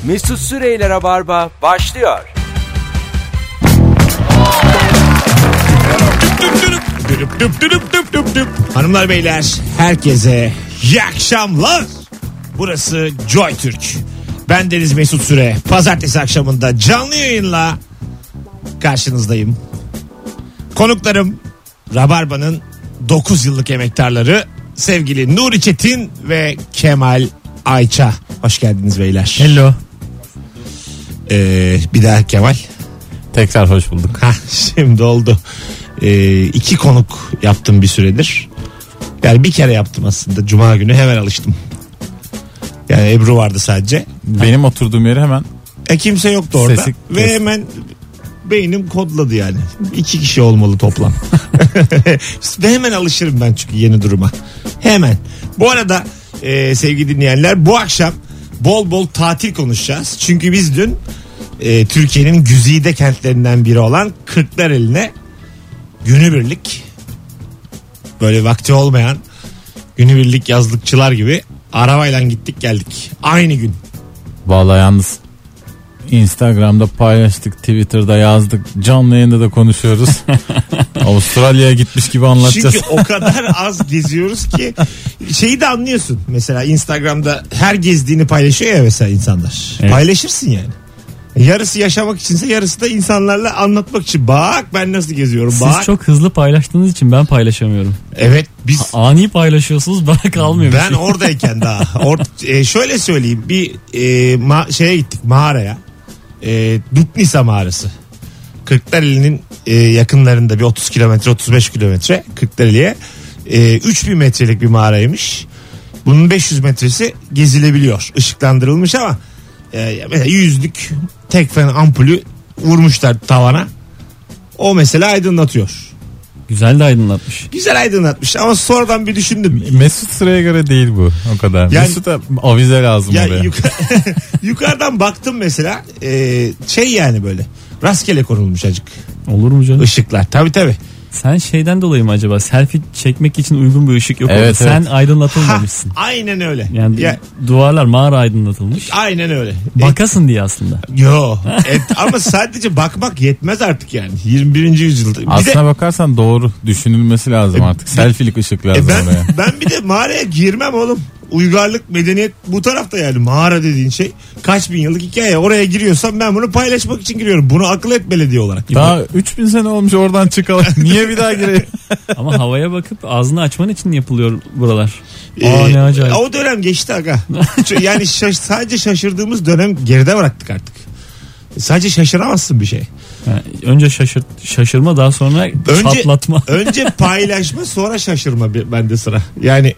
Mesut Süreyler'e barba başlıyor. Hanımlar beyler herkese iyi akşamlar. Burası Joy Türk. Ben Deniz Mesut Süre. Pazartesi akşamında canlı yayınla karşınızdayım. Konuklarım Rabarba'nın 9 yıllık emektarları sevgili Nuri Çetin ve Kemal Ayça. Hoş geldiniz beyler. Hello. Bir daha Kemal. Tekrar hoş bulduk. Şimdi oldu. 2 konuk yaptım bir süredir. Yani bir kere yaptım aslında. Cuma günü hemen alıştım. Yani Ebru vardı sadece. Benim oturduğum yeri hemen. Kimse yoktu orada. Sesi ve kes. hemen beynim kodladı yani. 2 kişi olmalı toplam. Ve hemen alışırım ben çünkü yeni duruma. Hemen. Bu arada sevgili dinleyenler, bu akşam bol bol tatil konuşacağız. Çünkü biz dün Türkiye'nin güzide kentlerinden biri olan Kırklareli'ne günübirlik, böyle vakti olmayan günübirlik yazlıkçılar gibi arabayla gittik geldik. Aynı gün. Vallahi yalnız Instagram'da paylaştık, Twitter'da yazdık, canlı yayında da konuşuyoruz. Avustralya'ya gitmiş gibi anlatacağız. Çünkü o kadar az geziyoruz ki şeyi de anlıyorsun. Mesela Instagram'da her gezdiğini paylaşıyor ya mesela insanlar. Evet. Paylaşırsın yani. Yarısı yaşamak içinse yarısı da insanlarla anlatmak için. Bak ben nasıl geziyorum. Siz bak. çok hızlı paylaştığınız için ben paylaşamıyorum. Evet biz. Ani paylaşıyorsunuz, bana kalmıyor. Ben oradayken daha. Şöyle söyleyeyim, bir şeye gittik, mağaraya. Dutnisa mağarası. Kırklareli'nin yakınlarında bir 30 kilometre 35 kilometre Kırklareli'ye 3000 metrelik bir mağaraymış. Bunun 500 metresi gezilebiliyor. Işıklandırılmış ama mesela 100'lük tek fen ampulü vurmuşlar tavana. O mesela aydınlatıyor. Güzel de aydınlatmış. Güzel aydınlatmış ama sonradan bir düşündüm. Mesut Süre'ye göre değil bu o kadar. Yani, Mesut'a avize lazım oraya. Yukarıdan baktım mesela yani böyle rastgele konulmuş acık Olur mu canım? ışıklar. Tabii. Sen şeyden dolayı mı acaba? Selfie çekmek için uygun bir ışık yok. Evet, orada. Sen evet. aydınlatılmamışsın. Aynen öyle. Yani duvarlar, mağara aydınlatılmış. Aynen öyle. Bakasın diye aslında. Yo. Ama sadece bakmak yetmez artık yani. 21. yüzyılda. Aslına bakarsan doğru düşünülmesi lazım artık. Selfie'lik ışık lazım oraya. Ben bir de mağaraya girmem oğlum. Uygarlık, medeniyet bu tarafta yani. Mağara dediğin şey kaç bin yıllık hikaye. Oraya giriyorsam ben bunu paylaşmak için giriyorum. Bunu akıl et belediye olarak. Daha 3000 sene olmuş, oradan çıkalım. Niye bir daha gireyim? Ama havaya bakıp ağzını açman için yapılıyor buralar. Ne acayip. O dönem geçti aga. Yani sadece şaşırdığımız dönem geride bıraktık artık. Sadece şaşıramazsın bir şey. Yani önce şaşırma, daha sonra çatlatma. Önce paylaşma, sonra şaşırma bende sıra. Yani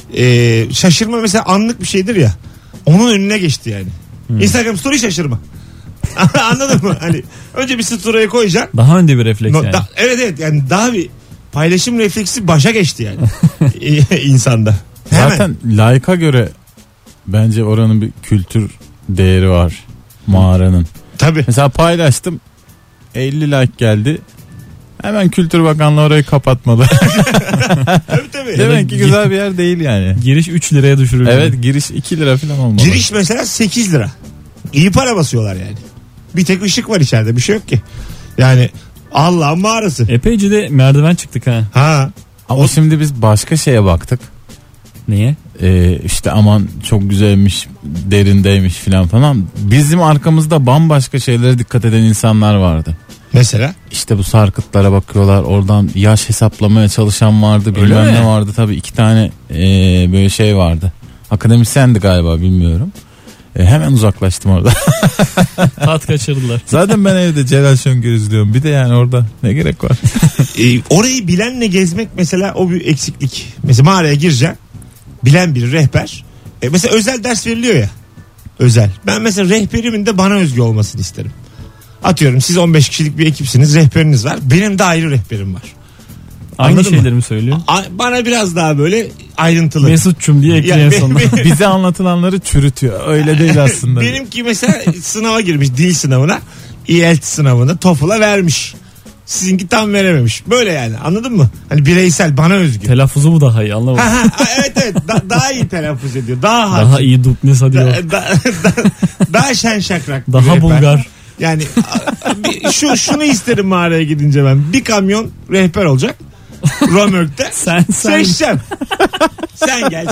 şaşırma mesela anlık bir şeydir ya. Onun önüne geçti yani. Instagram story şaşırma. Anladın mı? Hani önce bir story'e koyacaksın. Daha önde bir refleks yani. Evet yani daha bir paylaşım refleksi başa geçti yani. insanda. Zaten like'a göre bence oranın bir kültür değeri var, mağaranın. Tabii. Mesela paylaştım, 50 like geldi. Hemen Kültür Bakanlığı orayı kapatmadı. Tabii. Demek ki güzel bir yer değil yani. Giriş 3 liraya düşürülüyor. Evet, giriş 2 lira falan olmalı. Giriş mesela 8 lira. İyi para basıyorlar yani. Bir tek ışık var içeride, bir şey yok ki. Yani Allah'ın mağarası. Epeyce de merdiven çıktık ha. Ha. Ama şimdi biz başka şeye baktık. Niye? İşte aman çok güzelmiş, derindeymiş falan. Bizim arkamızda bambaşka şeylere dikkat eden insanlar vardı. Mesela? İşte bu sarkıtlara bakıyorlar, oradan yaş hesaplamaya çalışan vardı, bilmem ne vardı. Tabii 2 tane böyle şey vardı. Akademisyendi galiba, bilmiyorum. Hemen uzaklaştım orada. Tat kaçırdılar. Zaten ben evde Celal Şengör izliyorum. Bir de yani orada ne gerek var? Orayı bilenle gezmek mesela o bir eksiklik. Mesela mağaraya gireceksin. Bilen biri, rehber. Mesela özel ders veriliyor ya. Özel. Ben mesela rehberimin de bana özgü olmasını isterim. Atıyorum siz 15 kişilik bir ekipsiniz. Rehberiniz var. Benim de ayrı rehberim var. Aynı Anladın şeyleri mı? mi söylüyor? Bana biraz daha böyle ayrıntılı. Mesut'cum diye ekleyen sonuna. Bize anlatılanları çürütüyor. Öyle değil aslında. Benimki mesela sınava girmiş, dil sınavına, IELTS sınavını TOEFL'a vermiş. Sizinki tam verememiş. Böyle yani, anladın mı? Hani bireysel, bana özgü. Telaffuzu mu daha iyi, anlamadım. Evet daha iyi telaffuz ediyor. Daha Daha hakim. iyi duplis hadi yok. Daha şen şakrak. bir Daha rehber. Bulgar. Yani şunu isterim mağaraya gidince ben. Bir kamyon rehber olacak. Römörkte. Sen. Seçeceğim. Sen gel,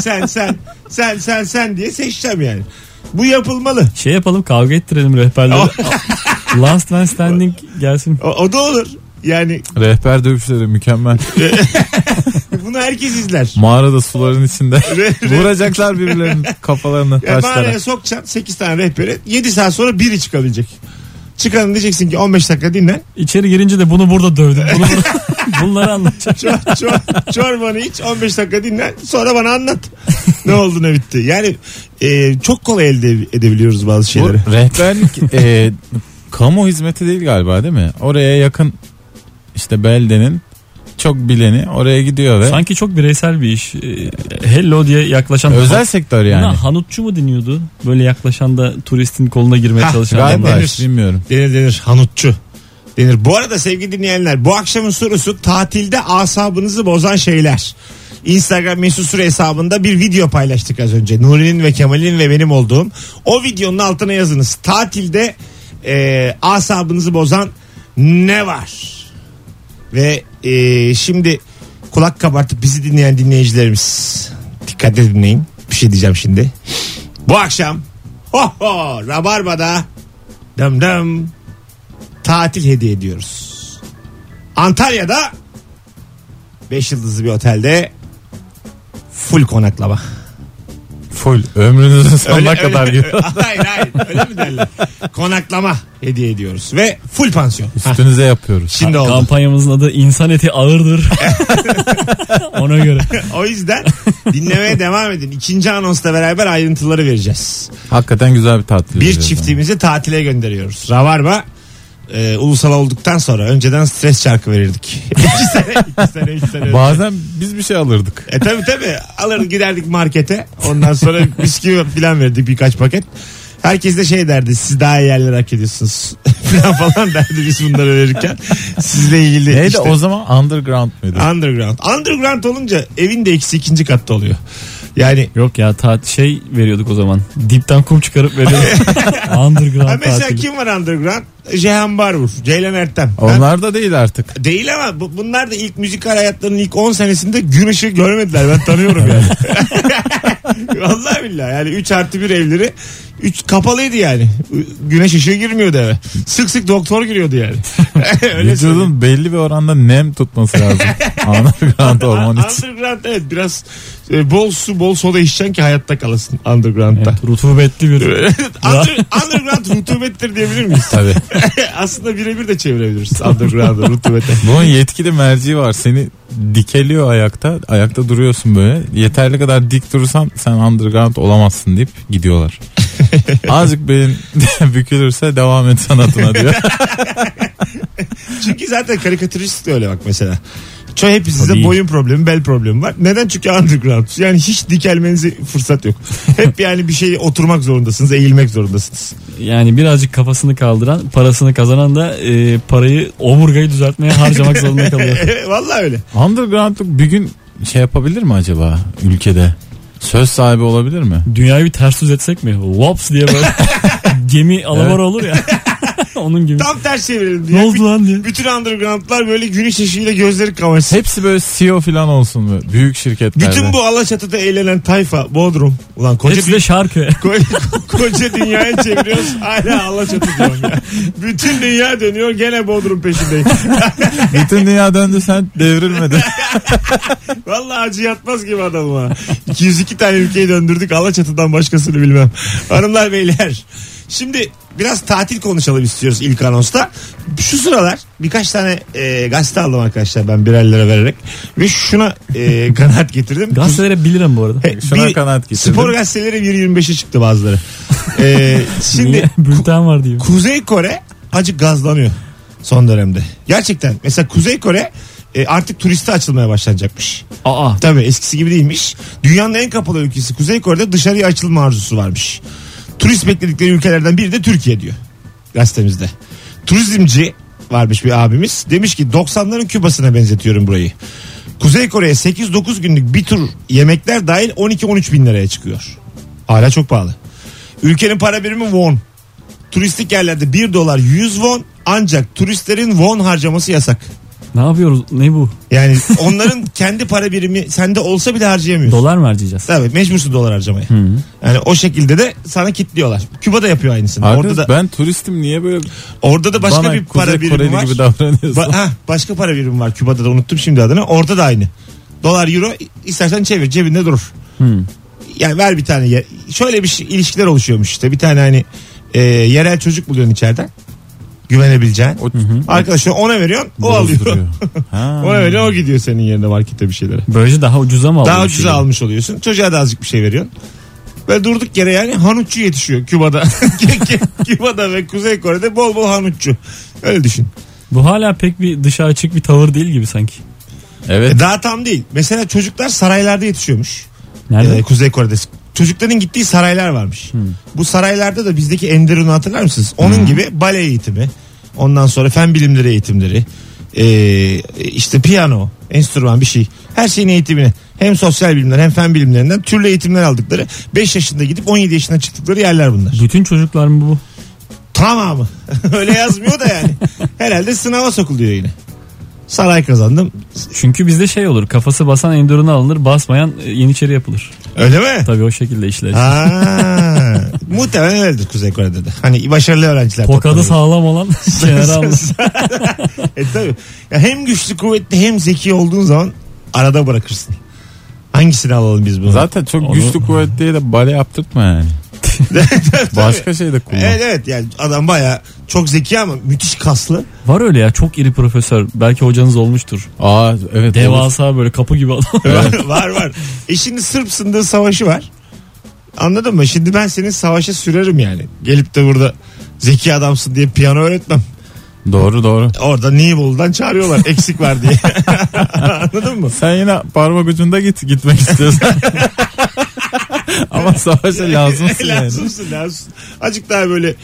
sen diye seçeceğim yani. Bu yapılmalı. Şey yapalım, kavga ettirelim rehberleri. Last man standing gelsin. O da olur. Yani Rehber dövüşleri mükemmel. bunu herkes izler. Mağarada suların içinde vuracaklar birbirlerinin kafalarını Ya taşlara. mağaraya sokacaksın 8 tane rehberi. 7 saat sonra biri çıkabilecek. Çıkanın diyeceksin ki 15 dakika dinlen. İçeri girince de bunu burada dövdüm. Bunları anlatacağım. Çorbanı iç, 15 dakika dinlen, sonra bana anlat. Ne oldu ne bitti. Yani çok kolay elde edebiliyoruz bazı Bu şeyleri. rehberlik kamu hizmeti değil galiba, değil mi? Oraya yakın işte beldenin çok bileni oraya gidiyor ve Sanki çok bireysel bir iş. Hello diye yaklaşan. özel sektör yani. Buna hanutçu mu deniyordu? Böyle yaklaşan da turistin koluna girmeye çalışan. Galiba denir. bilmiyorum. Denir hanutçu denir. Bu arada sevgili dinleyenler, bu akşamın sorusu tatilde asabınızı bozan şeyler. Instagram mesut süre hesabında bir video paylaştık az önce. Nuri'nin ve Kemal'in ve benim olduğum. O videonun altına yazınız. Tatilde asabınızı bozan ne var? Ve şimdi kulak kabartıp bizi dinleyen dinleyicilerimiz, dikkatle dinleyin. Bir şey diyeceğim şimdi. Bu akşam Rabarba'da dım tatil hediye ediyoruz. Antalya'da 5 yıldızlı bir otelde full konaklama. Full ömrünüzün sonuna kadar gibi. Hayır öyle mi derler? Konaklama hediye ediyoruz ve full pansiyon. Üstünüze yapıyoruz. Şimdi oldu. Kampanyamızın adı insan eti ağırdır. Ona göre. O yüzden dinlemeye devam edin. İkinci anonsla beraber ayrıntıları vereceğiz. Hakikaten güzel bir tatil. Bir çiftimizi tatile gönderiyoruz. Rabarba ulusal olduktan sonra önceden stres şarkı verirdik. 2 sene 3 sene önce. Bazen biz bir şey alırdık. Tabii alırdık, giderdik markete. Ondan sonra bisküvi falan verdik, birkaç paket. Herkes de şey derdi, siz daha iyi yerler hak ediyorsunuz falan derdi biz bunları verirken. Sizle ilgili Neydi işte. o zaman, underground muydu? Underground olunca evin de eksi 2. katta oluyor. Yani Yok ya, şey veriyorduk o zaman. Dipten kum çıkarıp veriyorduk. Underground mesela tatili. kim var underground? Cihan Barbur, Ceylan Ertem. Onlar da değil artık. Değil ama bunlar da ilk müzikal hayatlarının ilk 10 senesinde gün ışığı görmediler. Ben tanıyorum yani. Vallahi billahi yani 3+1 evleri 3 kapalıydı yani. Güneş ışığı girmiyordu eve. Sık sık doktor giriyordu yani. Öyle söyleyeyim. Vücudun belli bir oranda nem tutması lazım. Underground olman için. Underground evet, biraz bol su bol soda içeceksin ki hayatta kalasın underground'da. Evet, rutubetli bir. Underground rutubettir diyebilir miyiz? Tabii. Aslında birebir de çevirebiliriz underground'ı rutubete. Bunun yetkili merci var. Seni dikeliyor ayakta. Ayakta duruyorsun böyle. Yeterli kadar dik durursan sen underground olamazsın deyip gidiyorlar. Azıcık belin bükülürse devam et sanatına diyor. Çünkü zaten karikatürist de öyle bak mesela. Hepinizde Tabii. boyun problemi, bel problemi var. Neden? Çünkü underground. Yani hiç dikelmenize fırsat yok. Hep yani bir şeye oturmak zorundasınız, eğilmek zorundasınız. Yani birazcık kafasını kaldıran, parasını kazanan da parayı, omurgayı düzeltmeye harcamak zorunda kalıyor. Vallahi öyle. Underground'luk bir gün şey yapabilir mi acaba ülkede? Söz sahibi olabilir mi? Dünyayı bir ters düz etsek mi? Wops diye böyle gemi alamara olur ya. Onun gibi. Tam ters çevirelim Ne diye. oldu lan diye. Bütün undergroundlar böyle güneş ışığıyla gözleri kamaşsın. Hepsi böyle CEO falan olsun böyle. Büyük şirketlerde. Bütün bu Alaçatı'da eğlenen tayfa Bodrum. Ulan Hepsi de şarkı. koca dünyayı çeviriyoruz. Hala Alaçatı diyorum ya. Bütün dünya dönüyor, gene Bodrum peşindeyim. Bütün dünya döndü, sen devrilmedin. Vallahi acı yatmaz gibi adamım ha. 202 tane ülkeyi döndürdük, Alaçatı'dan başkasını bilmem. Hanımlar beyler. Şimdi biraz tatil konuşalım istiyoruz ilk anonsta. Şu sıralar birkaç tane gazete aldım arkadaşlar ben birer lira vererek. Ve şuna kanaat getirdim. Gazetelere 1 lira mı bu arada? Şuna kanaat getirdim. Spor gazeteleri 1.25'e çıktı bazıları. Şimdi Niye? Bülten var diyor. Kuzey Kore acık gazlanıyor son dönemde. Gerçekten mesela Kuzey Kore artık turiste açılmaya başlanacakmış. Aa. Tabii eskisi gibi değilmiş. Dünyanın en kapalı ülkesi Kuzey Kore'de dışarıya açılma arzusu varmış. Turist bekledikleri ülkelerden biri de Türkiye diyor gazetemizde. Turizmci varmış bir abimiz. Demiş ki 90'ların Küba'sına benzetiyorum burayı. Kuzey Kore'ye 8-9 günlük bir tur yemekler dahil 12-13 bin liraya çıkıyor. Hala çok pahalı. Ülkenin para birimi won. Turistik yerlerde $1 100 won, ancak turistlerin won harcaması yasak. Ne yapıyoruz? Ne bu? Yani onların kendi para birimi sende olsa bile harcayamıyorsun. Dolar mı harcayacağız? Tabii mecbursun dolar harcamaya. Yani o şekilde de sana kilitliyorlar. Küba da yapıyor aynısını. Arkadaş, Orada da ben turistim, niye böyle orada da başka bana bir para Kuzey birimi Koreli var. gibi davranıyorsun? Başka para birimi var Küba'da da, unuttum şimdi adını. Orada da aynı. Dolar euro istersen çevir, cebinde durur. Yani ver bir tane. Şöyle bir ilişkiler oluşuyormuş işte. Bir tane hani yerel çocuk buluyorsun içeriden. Güvenebileceğin. Arkadaşlar ona veriyorsun, o alıyor. Ona veriyorsun, o gidiyor senin yerine markete bir şeylere. Böylece daha ucuza mı alıyorsun? Daha ucuza almış oluyorsun. Çocuğa da azıcık bir şey veriyorsun. Ve durduk yere yani hanutçu yetişiyor Küba'da. Küba'da ve Kuzey Kore'de bol bol hanutçu. Öyle düşün. Bu hala pek bir dışa açık bir tavır değil gibi sanki. Evet. Daha tam değil. Mesela çocuklar saraylarda yetişiyormuş. Nerede? Kuzey Kore'de. Çocukların gittiği saraylar varmış. Bu saraylarda da bizdeki Enderun'u hatırlar mısınız? Onun gibi bale eğitimi. Ondan sonra fen bilimleri eğitimleri. İşte piyano, enstrüman bir şey. Her şeyin eğitimini. Hem sosyal bilimler hem fen bilimlerinden türlü eğitimler aldıkları. 5 yaşında gidip 17 yaşına çıktıkları yerler bunlar. Bütün çocuklar mı bu? Tamamı. Öyle yazmıyor da yani. Herhalde sınava sokuluyor yine. Saray kazandım. Çünkü bizde şey olur, kafası basan endurunu alınır, basmayan yeniçeri yapılır. Öyle mi? Tabii o şekilde işler. Muhtemelen öyledir Kuzey Kore'de de. Hani başarılı öğrenciler. Tokadı sağlam olan kenara alınır. Tabii. Ya hem güçlü kuvvetli hem zeki olduğun zaman arada bırakırsın. Hangisini alalım biz bunu? Zaten çok güçlü kuvvetliye de bale yaptırtma yani. Başka şey de kullan. Evet yani adam baya çok zeki ama müthiş kaslı. Var öyle ya, çok iri profesör. Belki hocanız olmuştur. Evet. Devasa olur. Böyle kapı gibi adam. var. Şimdi Sırp sındığı savaşı var. Anladın mı? Şimdi ben seni savaşa sürerim yani. Gelip de burada zeki adamsın diye piyano öğretmem. Doğru. Orada Nibolu'dan çağırıyorlar eksik var diye. Anladın mı? Sen yine parmak ucunda gitmek istiyorsan. Ama savaşa lazımsın yani. Lazımsın. Azıcık daha böyle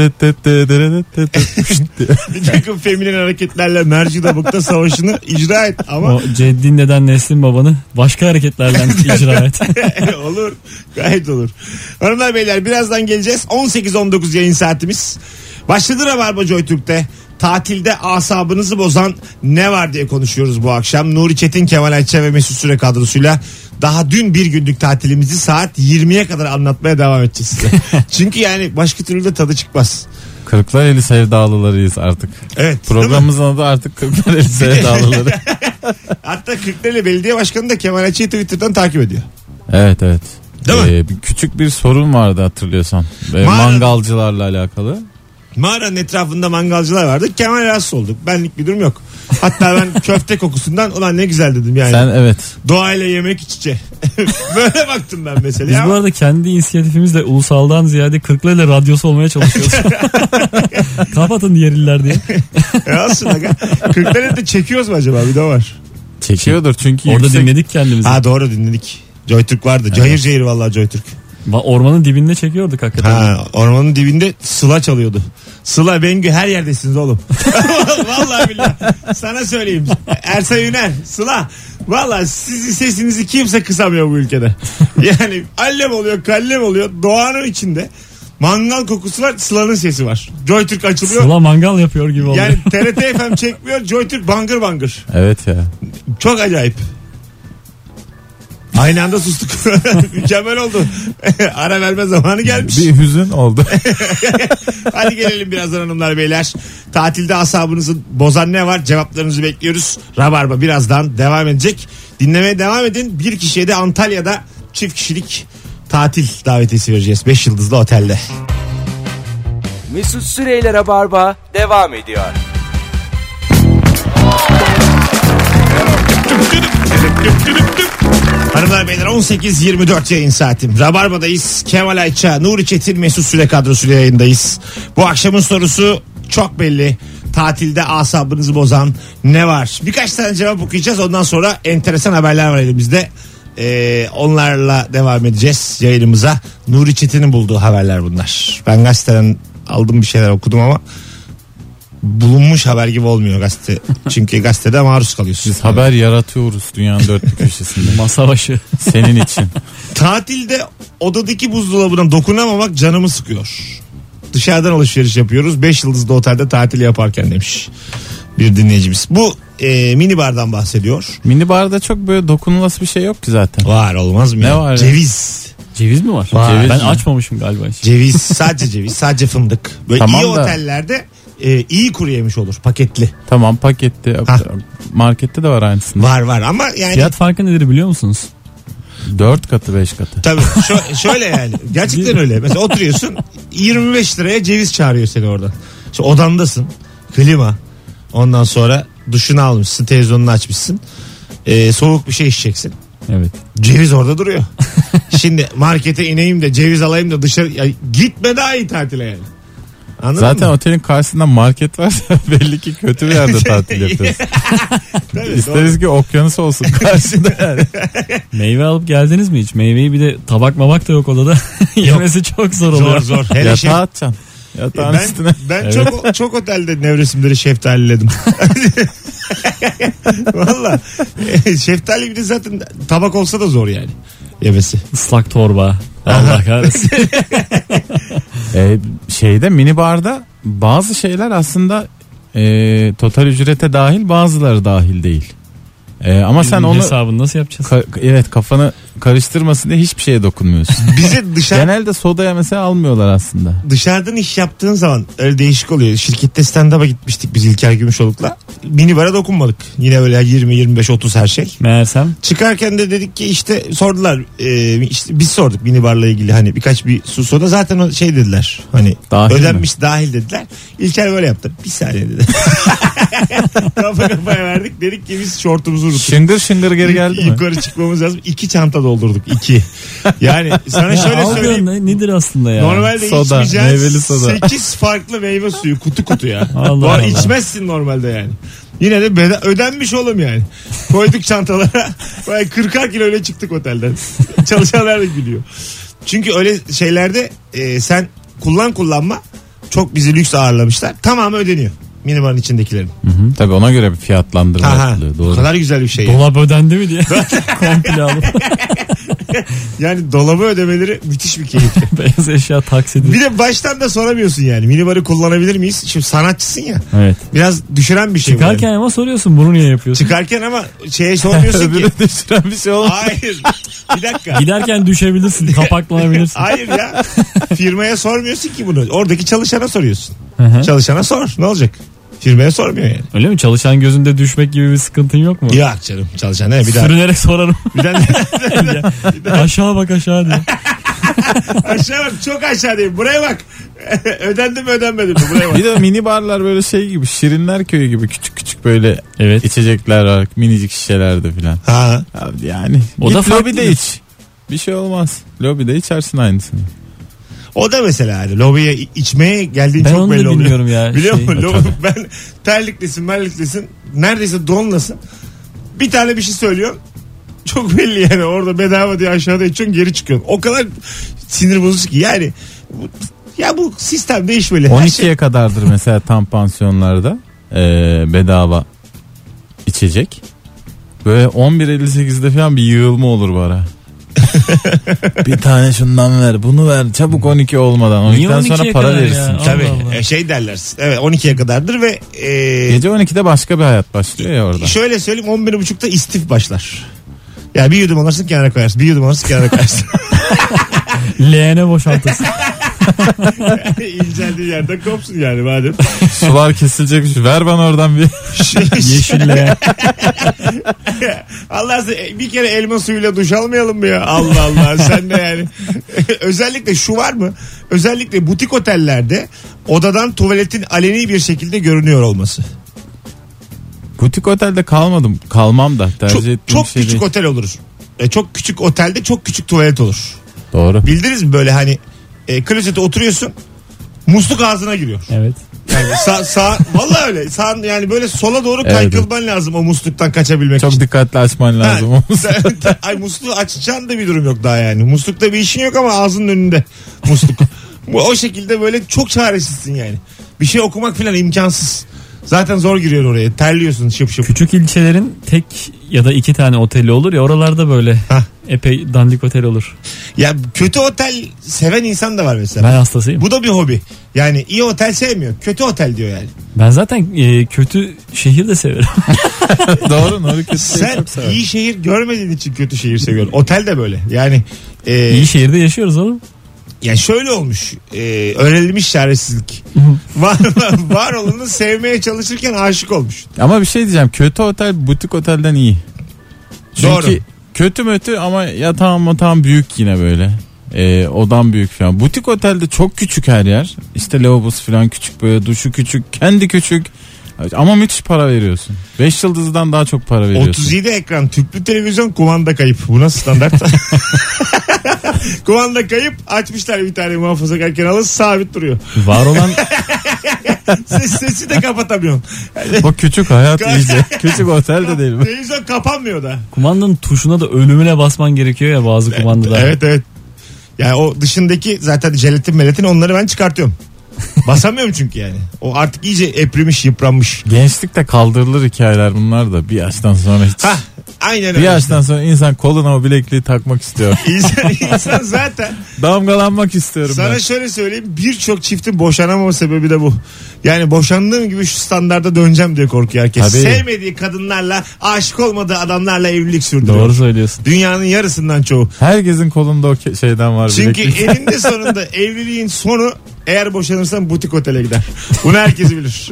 bir takım feminen hareketlerle Mercidabuk'ta savaşını icra et ama. O Ceddin deden Neslin babanı başka hareketlerden icra et. Olur. Gayet olur. Hanımlar beyler, birazdan geleceğiz. 18-19 yayın saatimiz. Başladı Rabarba JoyTürk'te. Tatilde asabınızı bozan ne var diye konuşuyoruz bu akşam. Nuri Çetin, Kemal Ayça ve Mesut Süre kadrosuyla daha dün bir günlük tatilimizi saat 20'ye kadar anlatmaya devam edeceğiz size. Çünkü yani başka türlü de tadı çıkmaz. Kırklareli sevdalılarıyız artık. Evet. Programımızın adı artık Kırklareli sevdalıları. Hatta Kırklareli Belediye Başkanı da Kemal Ayça'yı Twitter'dan takip ediyor. Evet. Değil mi? Küçük bir sorun vardı hatırlıyorsan. Mangalcılarla alakalı. Mağaranın etrafında mangalcılar vardı. Kemal rahatsız olduk. Benlik bir durum yok. Hatta ben köfte kokusundan ulan ne güzel dedim yani. Sen evet. Doğayla yemek iç içe. Böyle baktım ben mesela. Biz bu arada kendi inisiyatifimizle ulusaldan ziyade Kırklareli radyosu olmaya çalışıyoruz. Kapatın diğer iller diye. Aslında Kırklareli'de çekiyoruz mu acaba? Bir de var. Çekiyordur çünkü orada dinledik kendimizi. Ha doğru, dinledik. JoyTürk vardı. Cayır cayır vallahi JoyTürk. Ormanın dibinde çekiyorduk hakikaten. Ha, ormanın dibinde Sıla çalıyordu. Sıla, Bengü, her yerdesiniz oğlum. Vallahi billahi. Sana söyleyeyim. Ersay Üner, Sıla. Vallahi sizin sesinizi kimse kısamıyor bu ülkede. Yani allem oluyor, kallem oluyor. Doğanın içinde. Mangal kokusu var, Sıla'nın sesi var. JoyTürk açılıyor. Sıla mangal yapıyor gibi oluyor. Yani TRT FM çekmiyor, JoyTürk bangır bangır. Evet ya. Çok acayip. Aynı anda sustuk. Mükemmel oldu. Ara verme zamanı gelmiş. Bir hüzün oldu. Hadi gelelim birazdan hanımlar beyler. Tatilde asabınızı bozan ne var? Cevaplarınızı bekliyoruz. Rabarba birazdan devam edecek. Dinlemeye devam edin. Bir kişiye de Antalya'da çift kişilik tatil davetiyesi vereceğiz. 5 yıldızlı otelde. Mesut Süre ile Rabarba devam ediyor. Hanımlar beyler, 18-24 yayın saatim. Rabarba'dayız. Kemal Ayça, Nuri Çetin, Mesut Süre kadrosuyla yayındayız. Bu akşamın sorusu çok belli. Tatilde asabınızı bozan ne var? Birkaç tane cevap okuyacağız. Ondan sonra enteresan haberler var elimizde. Onlarla devam edeceğiz yayınımıza. Nuri Çetin'in bulduğu haberler bunlar. Ben gazeteden aldım, bir şeyler okudum ama bulunmuş haber gibi olmuyor gazete. Çünkü gazetede maruz kalıyorsun. Biz haber yaratıyoruz dünyanın dört bir köşesinde. Masa başı. Senin için. Tatilde odadaki buzdolabına dokunamamak canımı sıkıyor. Dışarıdan alışveriş yapıyoruz. 5 yıldızlı otelde tatil yaparken demiş bir dinleyicimiz. Bu minibardan bahsediyor. Minibarda çok böyle dokunulası bir şey yok ki zaten. Var olmaz mı? Ne ya? var ya? Ceviz. Ceviz mi var? Ceviz Ben mi? açmamışım galiba. Ceviz, sadece ceviz, sadece fındık. Böyle Tamam iyi da- otellerde iyi kuru yemiş olur, paketli. Tamam pakette. Hah. Markette de var aynısında. Var ama yani Fiyat farkı nedir biliyor musunuz? 4 katı 5 katı. tabii şöyle yani. Gerçekten öyle. Mesela oturuyorsun 25 liraya ceviz çağırıyor seni oradan. İşte odandasın. Klima. Ondan sonra duşunu almışsın, televizyonunu açmışsın. Soğuk bir şey içeceksin. Evet. Ceviz orada duruyor. Şimdi markete ineyim de ceviz alayım da dışarı ya, gitme daha iyi tatile yani. Anladın Zaten mı? otelin karşısında market var. Belli ki kötü bir yerde tatil yapıyoruz. Tabii, İsteriz doğru. ki okyanus olsun karşında yani. Meyve alıp geldiniz mi hiç? Meyveyi bir de tabak mabak da yok odada. Yemesi çok zor oluyor. Zor. Hele Yatağa atacaksın. Yatağın üstüne. Ben Evet. çok otelde nevresimleri şeftaliledim. Valla. Şeftali bir de zaten tabak olsa da zor yani yemesi. Islak torba. Allah kahretsin. Şeyde minibarda bazı şeyler aslında total ücrete dahil, bazıları dahil değil. Ama sen onu hesabını nasıl yapacağız? evet kafanı karıştırmasın diye hiçbir şeye dokunmuyorsun. Bize Genelde sodaya mesela almıyorlar aslında. dışarıdan iş yaptığın zaman öyle değişik oluyor. Şirkette stand-up'a gitmiştik biz İlker Gümüşoluk'la. Minibara dokunmadık. Yine böyle 20, 25, 30 her şey. Meğersem Çıkarken de dedik ki işte sordular. İşte biz sorduk minibarla ilgili hani birkaç bir su soda. Zaten o şey dediler. Hani Dahil ödenmiş dahil dediler. İlker böyle yaptı. Bir saniye dedi. Kafa kafaya verdik. Dedik ki biz şortumuzu unuttuk. Şıngır şıngır geri geldi mi? Yukarı çıkmamız lazım. 2 çanta doldurduk. 2. Yani sana şöyle söyleyeyim. nedir aslında ya? Normalde Soda, içmeyeceğin meyveli soda. 8 farklı meyve suyu kutu ya. Allah Bu Allah. içmezsin normalde yani. Yine de ödenmiş oğlum yani. Koyduk çantalara. Böyle 40'ar kilo öyle çıktık otelden. Çalışanlar da gülüyor. Çünkü öyle şeylerde sen kullanma çok bizi lüks ağırlamışlar. Tamamı ödeniyor. Minibarın içindekilerin. Tabii ona göre bir fiyatlandırma Aha, yapılıyor. o Doğru. kadar güzel bir şey. Yani. Dolap ödendi mi diye. Komple alıp. Yani dolabı ödemeleri müthiş bir keyif. Beyaz eşya taksidi. Bir de baştan da soramıyorsun yani. Minibarı kullanabilir miyiz? Şimdi sanatçısın ya. Evet. Biraz düşüren bir şey bu Çıkarken yani. ama soruyorsun bunu niye yapıyorsun? Çıkarken ama şeye sormuyorsun ki. Öbürü düşüren bir şey olmaz. Hayır. Bir dakika. Giderken düşebilirsin, kapaklanabilirsin. Hayır ya. Firmaya sormuyorsun ki bunu. Oradaki çalışana soruyorsun. Hı. Çalışana sor. Ne olacak? Firmaya sormuyor yani. Öyle mi? Çalışan gözünde düşmek gibi bir sıkıntın yok mu? Yok canım. Çalışan ne? Bir daha. Sürünerek sorarım. Bir daha. Aşağı bak aşağı diye. Aşağı bak. Çok aşağıdayım. Buraya bak. Ödendi mi ödenmedi mi? Buraya bak. Bir de mini barlar böyle şey gibi, Şirinler Köyü gibi küçük küçük böyle Evet. içecekler var. Minicik şişelerde filan. Ha. Abi yani O da git farklı lobide bir- iç. Bir şey olmaz. Lobide içersin aynısını. O da mesela hani lobiye içmeye geldiğin Ben çok onu da belli oluyor. bilmiyorum ya. Biliyor Şey- musun? Tabii. Ben terliklisin. Neredeyse donlasın. Bir tane bir şey söylüyorsun. Çok belli yani orada bedava diye aşağıda içiyorsun geri çıkıyorsun. O kadar sinir bozucu ki yani bu sistem değişmeli. Her 12'ye şey- kadardır mesela tam pansiyonlarda bedava içecek. Böyle 11.58'de falan bir yığılma olur bara. Bir tane şundan ver, bunu ver, çabuk 12 olmadan. Niye 12'den sonra 12'ye para kadar verirsin. ya? Tabii Allah Allah. şey derler. Evet 12'ye kadardır ve Gece 12'de başka bir hayat başlıyor ya orada. şöyle söyleyeyim 11.30'da istif başlar. Ya bir yudum alırsın kenara koyarsın. Bir yudum alırsın kenara koyarsın. Leğene boşaltırsın. İnceldiği yerden kopsun yani madem. Sular kesilecek bir şey. Ver bana oradan bir. Yeşil leğen. Allah bir kere elma suyuyla duş almayalım mı ya? Allah Allah sen de yani. Özellikle şu var mı? Özellikle butik otellerde odadan tuvaletin aleni bir şekilde görünüyor olması. Butik otelde kalmadım. Kalmam da tercih Çok, ettiğim çok şey küçük değil. otel olur. Çok küçük otelde çok küçük tuvalet olur. Doğru. Bildiniz mi böyle hani klozete oturuyorsun musluk ağzına giriyor. Evet. Yani sağ vallahi öyle. Sağ yani böyle sola doğru Evet, kaykılman lazım o musluktan kaçabilmek Çok için. dikkatli açman lazım. Ha, ay musluğu açacağın da bir durum yok daha yani. Muslukta bir işin yok ama ağzının önünde musluk. O şekilde böyle çok çaresizsin yani. Bir şey okumak falan imkansız. Zaten zor giriyor oraya. Terliyorsun şıp şıp. Küçük ilçelerin tek ya da 2 tane oteli olur ya, oralarda böyle Hah. epey dandik otel olur. Ya kötü otel seven insan da var mesela. Ben hastasıyım. Bu da bir hobi. Yani iyi otel sevmiyor. Kötü otel diyor yani. Ben zaten kötü şehir de severim. Doğru. Nuri kötü Sen çok sever. iyi şehir görmediğin için kötü şehir seviyorsun. Otel de böyle. Yani İyi şehirde yaşıyoruz oğlum. yani şöyle olmuş. Öğrenilmiş çaresizlik. var olanı sevmeye çalışırken aşık olmuş. Ama bir şey diyeceğim. Kötü otel butik otelden iyi. Çünkü Doğru. kötü mötü ama yatağın büyük yine böyle. Odan büyük falan. Butik otelde çok küçük her yer. İşte lavabosu falan küçük, böyle duşu küçük, kendi küçük. Ama müthiş para veriyorsun. 5 yıldızdan daha çok para veriyorsun. 37 ekran, tüplü televizyon, kumanda kayıp. Bu nasıl standart? Kumanda kayıp, açmışlar bir tane muhafazakar kanalı, sabit duruyor. Var olan Sesi de kapatamıyorsun. O küçük hayat iyice. Küçük otel de değil mi? Televizyon kapanmıyor da. kumandanın tuşuna da ölümüne basman gerekiyor ya bazı kumandalar. Evet. Yani o dışındaki zaten jelatin melatin, onları ben çıkartıyorum. Basamıyorum çünkü yani. O artık iyice eprimiş, yıpranmış. Gençlikte kaldırılır hikayeler bunlar da bir yaştan sonra hiç. Hah, aynen öyle. Bir yaştan sonra insan koluna o bilekliği takmak istiyor. İnsan zaten. Damgalanmak istiyorum Sana ben. şöyle söyleyeyim, birçok çiftin boşanamama sebebi de bu. Yani boşandığım gibi şu standarda döneceğim diye korkuyor herkes. Tabii. Sevmediği kadınlarla, aşık olmadığı adamlarla evlilik sürdürüyor. Doğru söylüyorsun. Dünyanın yarısından çoğu. Herkesin kolunda o şeyden var. Çünkü bileklik. eninde sonunda evliliğin sonu, eğer boşanırsan butik otele gider. Bunu herkes bilir.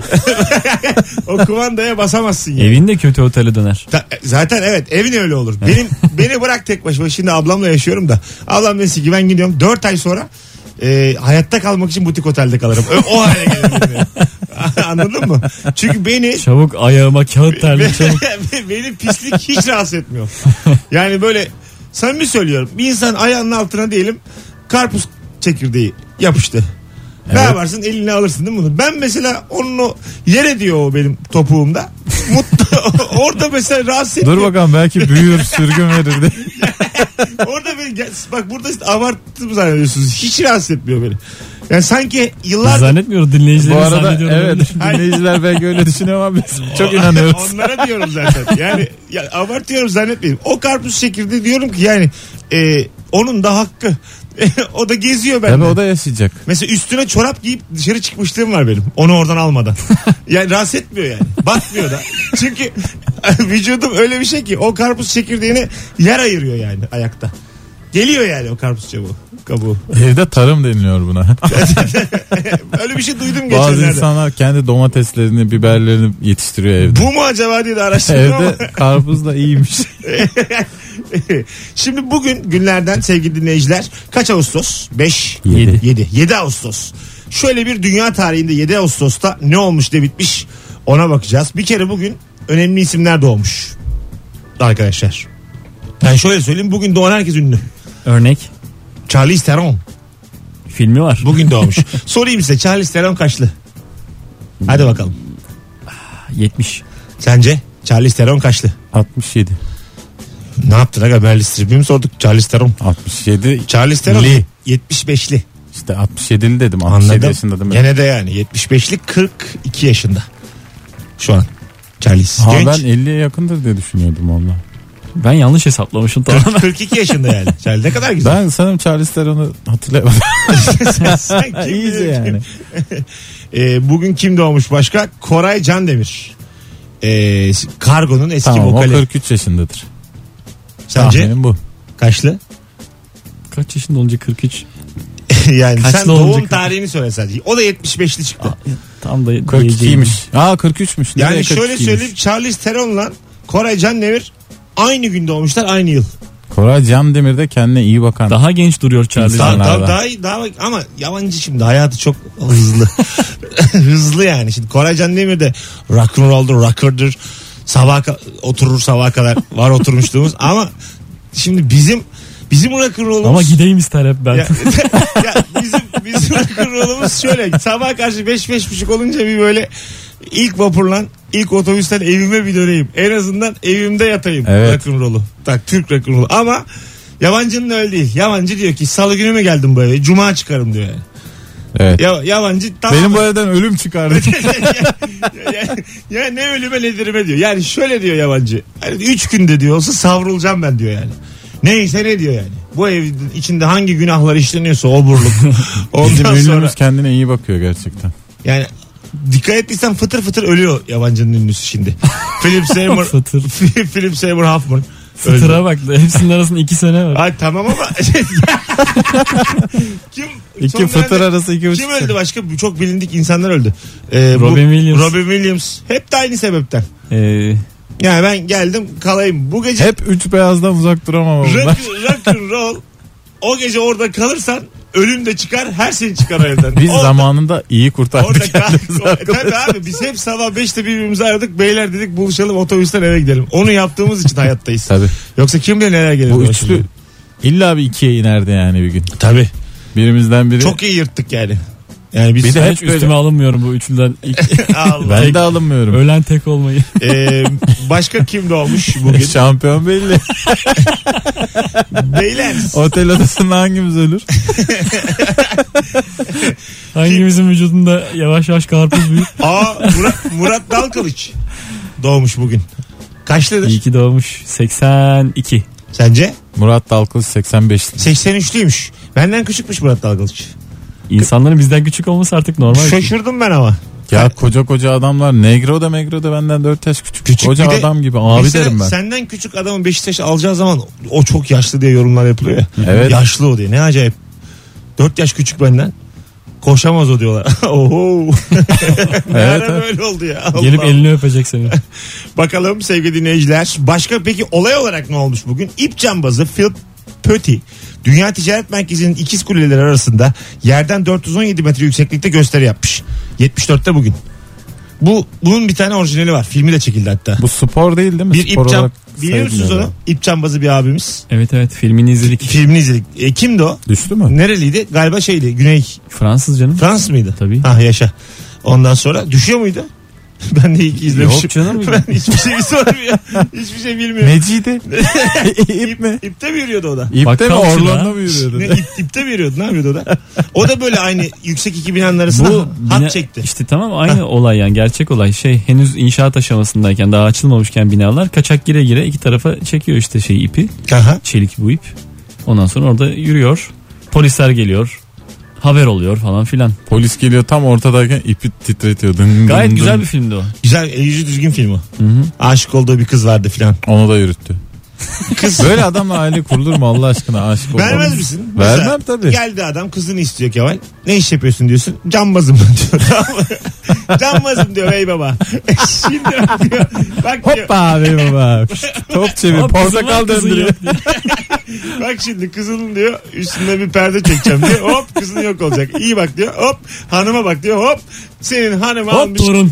O kumandaya basamazsın yani. Evin de kötü otele döner. Zaten evet, evin öyle olur. Beni bırak tek başıma. Şimdi ablamla yaşıyorum da. Ablam desin ki ben gidiyorum 4 ay sonra hayatta kalmak için butik otelde kalırım. O hale gelirim. Anladın mı? Çünkü beni Çabuk ayağıma kağıt terlik çabuk. beni pislik hiç rahatsız etmiyor. Yani böyle samimi söylüyorum. Bir insan ayağının altına diyelim karpuz çekirdeği yapıştı. Ne Evet. yaparsın? Eline alırsın değil mi bunu? Ben mesela onun o yere diyor o benim topuğumda. Mutlu. Orada mesela rahatsız etmiyor. Dur bakalım belki büyür sürgün verirdi. Orada beni bak burada işte abarttığımı zannediyorsunuz. Hiç rahatsız etmiyor beni. Yani sanki yıllardır Zannetmiyorum, dinleyicileri Bu arada zannediyorum. evet dinleyiciler belki öyle düşünüyor ama biz çok inanıyoruz. onlara diyorum zaten. Yani ya, abartıyorum zannetmeyin. O karpuz çekirdeği diyorum ki yani onun da hakkı. O da geziyor bende. Tabii o da yaşayacak. Mesela üstüne çorap giyip dışarı çıkmışlığım var benim. Onu oradan almadan. Yani rahatsız etmiyor yani. Batmıyor da. Çünkü vücudum öyle bir şey ki o karpuz çekirdeğine yer ayırıyor yani ayakta. Geliyor yani o karpuz kabuğu. Evde tarım deniliyor buna. Öyle bir şey duydum Bazı geçenlerde. insanlar kendi domateslerini, biberlerini yetiştiriyor evde. Bu mu acaba diye de araştırdım ama. Evde karpuz da iyiymiş. Şimdi bugün günlerden sevgili dinleyiciler, kaç Ağustos? 5. 7 Ağustos. Şöyle bir dünya tarihinde 7 Ağustos'ta ne olmuş ne bitmiş ona bakacağız. Bir kere bugün önemli isimler doğmuş arkadaşlar. Ben şöyle söyleyeyim, bugün doğan herkes ünlü. Örnek Charlize Theron filmi var. bugün doğmuş. Sorayım size, Charlize Theron kaçlı? Hadi bakalım. 70. Sence Charlize Theron kaçlı? 67. Ne yaptın aga, Meryl Streep'i mi sorduk? Charlize Theron. 67. Charlize Theron Li. 75'li. İşte 67'li dedim. 67 Anladım. yaşında değil mi? Gene de yani 75'lik 42 yaşında. Şu an. Charlize. Ha, Genç. ben 50'ye yakındır diye düşünüyordum valla. Ben yanlış hesaplamışım tamamen. 42 yaşında yani. Charlize ne kadar güzel. Ben sanırım Charlize Theron'u hatırlayamadım. Sen kim İyice bilir yani. kim? Bugün kim doğmuş başka? Koray Candemir. Kargo'nun eski Tamam o vokali. 43 yaşındadır. Sence Tahminim bu. kaçlı? Kaç yaşında olunca 43? Yani Kaçlı sen doğum olacak? tarihini söyle sadece. O da 75'li çıktı. Tam da 42'ymiş. Aa 43'müş. Yani Nereye şöyle 42'ymiş? söyleyeyim, Charlize Theron'la Koray Candemir aynı gün doğmuşlar, aynı yıl. Koray Candemir de kendine iyi bakan. Daha genç duruyor Charlie. İnsan- Daha ama yabancı, şimdi hayatı çok hızlı. Hızlı yani. Şimdi Koray Candemir de rock'n'roll'dur, rocker'dır. Oturur sabaha kadar var oturmuşluğumuz ama şimdi bizim rock'n'roll'umuz. Ama gideyim ister hep ben. Ya bizim rock'n'roll'umuz şöyle, sabah karşı 5-5.30 olunca bir böyle ilk vapurla ilk otobüsten evime bir döneyim. En azından evimde yatayım. Evet. Rock'n'roll'u. Tak, Türk rock'n'roll'u. Ama yabancının öyle değil. Yabancı diyor ki salı günü mü geldim bu eve? Cuma çıkarım diyor yani. Evet. Yabancı tamam. Benim bu evden ölüm çıkardı. ya ne ölüme nedirime diyor. Yani şöyle diyor yabancı. Hani 3 günde diyor olsa savrulacağım ben diyor yani. Neyse ne diyor yani. Bu evin içinde hangi günahlar işleniyorsa oburluk. Bizim Ondan sonra ünlümüz kendine iyi bakıyor gerçekten. yani dikkat ettiysen fıtır fıtır ölüyor yabancının ünlüsü şimdi. Philip Seymour Fıtır. Philip Seymour Hoffman. Fıtıra bak. Hepsinin arasında 2 sene var. Ay tamam ama kim İki fıtır arası 2,5 kim öldü başka? Çok bilindik insanlar öldü. Robin Williams. Robin Williams. Hep de aynı sebepten. Yani ben geldim kalayım. Bu gece Hep 3 beyazdan uzak duramam ama. rock'n'roll o gece orada kalırsan ölüm de çıkar, her şey çıkar o evden. Biz orada, zamanında iyi kurtardık orada kendimizi. tabii abi biz hep sabah 5'te birbirimizi aradık. Beyler dedik buluşalım otobüsten eve gidelim. Onu yaptığımız için hayattayız. Tabii. Yoksa kim bilir neler gelir. Bu üçlü illa bir 2'ye inerdi yani bir gün. Tabii. Birimizden biri. Çok iyi yırttık yani. Yani biz Bir de Ben hep hiç üstüme alınmıyorum bu üçlüden. Allah. Ben de alınmıyorum. Ölen tek olmayı. Başka kim doğmuş bugün? Şampiyon belli. Beyler. Otel odasında hangimiz ölür? Hangimizin vücudunda yavaş yavaş karpuz büyür. Murat Dalkılıç doğmuş bugün. Kaçlıdır? İyi ki doğmuş. 82. Sence? Murat Dalkılıç 85'li. 83'lüymüş. Benden küçükmüş Murat Dalkılıç. İnsanların bizden küçük olması artık normal. Şaşırdım ben ama. Ya koca adamlar Negro da benden 4 yaş küçük. Koca bir de- adam gibi abi Mesela derim ben. senden küçük adamın Beşiktaş alacağı zaman o çok yaşlı diye yorumlar yapılıyor ya. Evet. Yaşlı o diye. Ne acayip. 4 yaş küçük benden. Koşamaz o diyorlar. Oho. Ne Evet, ara evet. böyle oldu ya. Allah Gelip Allah. elini öpecek seni. Bakalım sevgili dinleyiciler. Başka peki olay olarak ne olmuş bugün? İp cambazı Phil Pötti Dünya Ticaret Merkezi'nin ikiz kuleleri arasında yerden 417 metre yükseklikte gösteri yapmış. 74'te bugün. Bunun bir tane orijinali var. Filmi de çekildi hatta. Bu spor değil mi? Bir Spor ip cam olarak biliyor musunuz sayılmıyor onu? İp cambazı bir abimiz. Evet filmini izledik. Filmini izledik. Kimdi o? da. Düştü mü? Nereliydi? Galiba şeydi. Güney. Fransız canım. Fransız mıydı? Tabii. Ah yaşa. Ondan sonra düşüyor muydu? Ben de iyi ki izlemişim. Yok canım. Ben hiçbir şey sormuyorum. Hiçbir şey bilmiyorum. Neciydi? İp mi? İpte mi yürüyordu o da? İpte mi Bakkal Orlando şuna. mu yürüyordu? İpte mi yürüyordu? Ne yapıyordu o da? O da böyle aynı yüksek iki binanın arasına hat çekti. İşte tamam aynı olay yani gerçek olay. Henüz inşaat aşamasındayken daha açılmamışken binalar kaçak gire iki tarafa çekiyor işte ipi. Aha. Çelik bu ip. Ondan sonra orada yürüyor. Polisler geliyor. Haber oluyor falan filan. Polis geliyor tam ortadayken ipi titretiyor. Dın Gayet dın güzel dın. bir filmdi o. Güzel, yüzü düzgün film o. Hı hı. Aşık olduğu bir kız vardı filan. Onu da yürüttü. Kız Böyle adamla aile kurulur mu Allah aşkına aşık olmaz. vermez misin? Vermem Mesela tabii. Geldi adam kızını istiyor Kemal. Ne iş yapıyorsun diyorsun. Cambazım ben diyor. Tamam mı? Cambazım diyor ey baba. Şimdi bak diyor. Bak diyor. Hoppa abi baba. Top çevir. Hop, Portakal kızın döndürüyor. yok diye. Bak şimdi kızının diyor üstüne bir perde çekeceğim diyor. Hop kızın yok olacak. İyi bak diyor. Hop hanıma bak diyor. Hop senin hanım Hop almış. torun.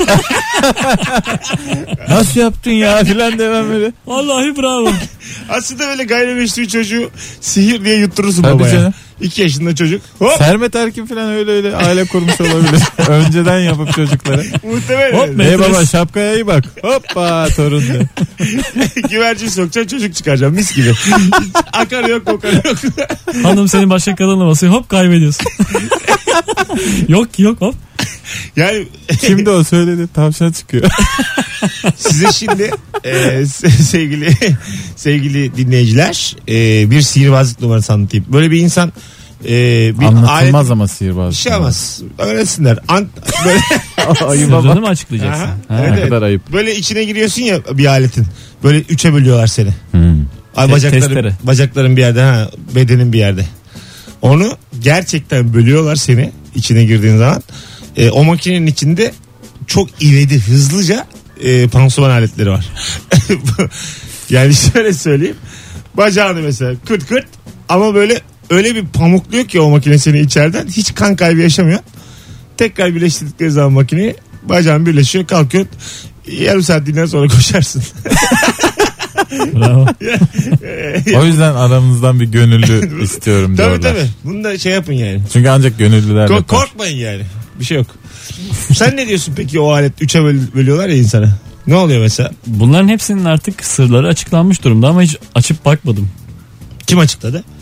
Nasıl yaptın ya filan demem böyle. Vallahi bravo. Aslında böyle gayrimeşru çocuğu sihir diye yutturursun Tabii babaya. canım. 2 yaşında çocuk. Hop Sermet Erkin falan öyle aile kurmuş olabilir. Önceden yapıp çocuklara. muhtemelen. Hop, öyle. Hey baba şapkaya iyi bak. Hoppa torun diyor. Güvercin sokacaksın çocuk çıkaracağım mis gibi. Hiç akar yok kokar yok. Hanım senin başka kadınla basıyor hop kaybediyorsun. yok hop. Yani Kimdi o söyledi tavşan çıkıyor. size şimdi sevgili dinleyiciler bir sihirbazlık numarası anlatayım. Böyle bir insan bir Anlatılmaz alet- ama sihirbaz. bir şey olmaz. Öğrensinler. Böyle, Sırrını mı açıklayacaksın? Aha, Ha. evet, Ne evet. kadar ayıp. Böyle içine giriyorsun ya bir aletin. Böyle 3'e bölüyorlar seni. Ay testere. bacakların bir yerde bedenin bir yerde. Onu gerçekten bölüyorlar seni içine girdiğin zaman. O makinenin içinde çok ivedi hızlıca pansuman aletleri var. Yani şöyle söyleyeyim. Bacağını mesela kırt kırt ama böyle öyle bir pamukluyor ki o makine seni içeriden hiç kan kaybı yaşamıyor. Tekrar birleştirdikleri zaman makineyi bacağın birleşiyor kalkıyor. Yarım saat dinlen sonra koşarsın. Bravo. O yüzden aramızdan bir gönüllü istiyorum Tabii diyorlar. tabii. Bunu da şey yapın yani. Çünkü ancak gönüllüler yapar. Korkmayın yani. Bir şey yok. Sen ne diyorsun peki o alet 3'e bölüyorlar ya insana. Ne oluyor mesela? Bunların hepsinin artık sırları açıklanmış durumda ama hiç açıp bakmadım. Kim açıkladı?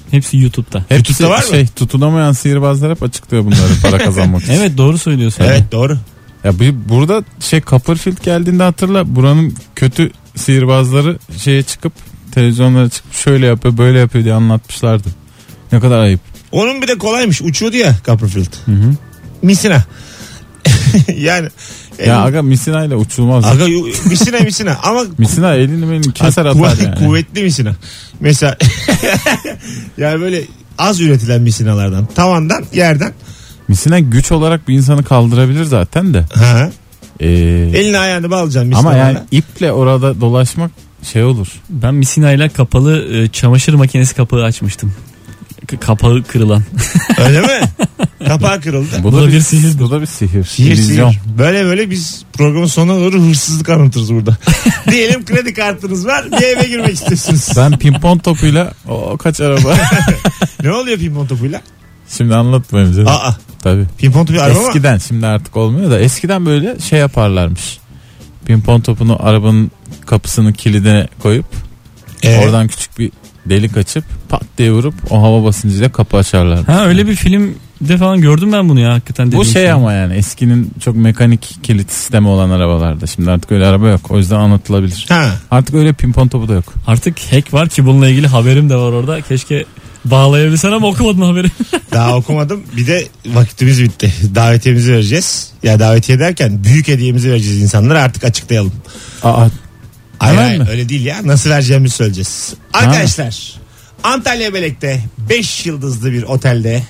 Hepsi YouTube'da. Hepsi YouTube'da var mı? tutunamayan sihirbazlar hep açıklıyor bunları para kazanmak için. Evet, doğru söylüyorsun. Evet doğru. Ya burada Copperfield geldiğinde hatırla, buranın kötü sihirbazları şeye çıkıp, televizyonlara çıkıp şöyle yapıyor böyle yapıyor diye anlatmışlardı. Ne kadar ayıp. Onun bir de kolaymış. Uçuyordu ya Copperfield. Misina. Yani Ya aga misina ile uçulmaz. aga misina ama Misina elini keser atar yani. Kuvvetli misina. Mesela yani böyle az üretilen misinalardan, tavandan, yerden. Misina güç olarak bir insanı kaldırabilir zaten de. Ha. Ee, Elini ayağını bağlayacaksın ama misinalarla. yani iple orada dolaşmak şey olur. Ben misinayla kapalı çamaşır makinesi kapağı açmıştım. Kapağı kırılan. Öyle mi? Kapağı kırıldı. Bu da bir sihir. Bu da bir sihir. Sihir. İllüzyon. Böyle biz programın sonuna doğru hırsızlık anlatırız burada. Diyelim kredi kartınız var, bir eve girmek istiyorsunuz. Ben pimpon topuyla kaç araba. Ne oluyor pimpon topuyla? Şimdi anlatmayayım canım. Aa, Tabii. pimpon topu araba mı? Eskiden, şimdi artık olmuyor da eskiden böyle şey yaparlarmış. Pimpon topunu arabanın kapısının kilidine koyup oradan küçük bir delik açıp pat diye vurup o hava basıncıyla kapı açarlar. Ha, öyle bir filmde falan gördüm ben bunu ya, hakikaten. Bu şey ama yani eskinin çok mekanik kilit sistemi olan arabalarda. Şimdi artık öyle araba yok. O yüzden anlatılabilir. Ha. Artık öyle pimpon topu da yok. Artık hack var ki bununla ilgili haberim de var orada. Keşke bağlayabilsen ama okumadın haberi. Daha okumadım. Bir de vakitimiz bitti. Davetiyemizi vereceğiz. Ya davetiye derken büyük hediyemizi vereceğiz insanlara, artık açıklayalım. Hayır, öyle değil ya. Nasıl vereceğimizi söyleyeceğiz. Arkadaşlar, Antalya Belek'te 5 yıldızlı bir otelde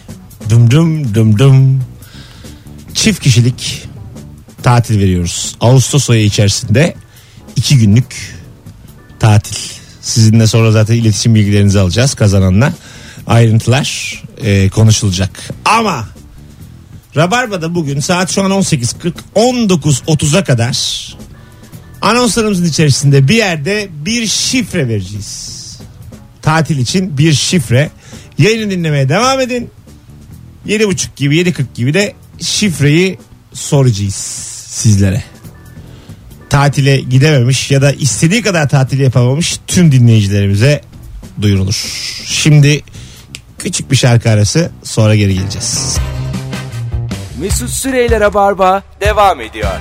çift kişilik tatil veriyoruz. Ağustos ayı içerisinde 2 günlük tatil. Sizinle sonra zaten iletişim bilgilerinizi alacağız kazananla. Ayrıntılar konuşulacak. Ama Rabarba'da bugün saat şu an 18.40, 19.30'a kadar anonslarımızın içerisinde bir yerde bir şifre vereceğiz. Tatil için bir şifre. Yayını dinlemeye devam edin. 7.30 gibi 7.40 gibi de şifreyi soracağız sizlere. Tatile gidememiş ya da istediği kadar tatil yapamamış tüm dinleyicilerimize duyurulur. Şimdi küçük bir şarkı arası, sonra geri geleceğiz. Mesut Süreyler'e barba devam ediyor.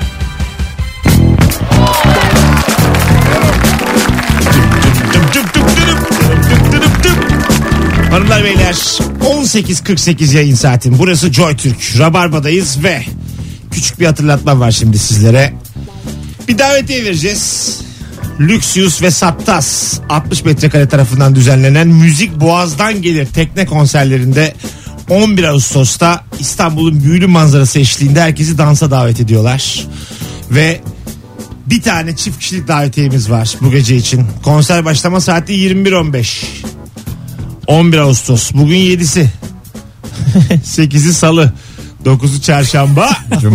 Hanımlar beyler, 18.48 yayın saatim. Burası JoyTürk. Rabarba'dayız ve küçük bir hatırlatma var şimdi sizlere. Bir davetiye vereceğiz. Lüksüs ve Sattas 60 metrekare tarafından düzenlenen Müzik Boğaz'dan Gelir tekne konserlerinde 11 Ağustos'ta İstanbul'un büyülü manzarası eşliğinde herkesi dansa davet ediyorlar. Ve bir tane çift kişilik davetiyemiz var bu gece için. Konser başlama saati 21.15. 11 Ağustos. Bugün 7'si. 8'i Salı. 9'u Çarşamba.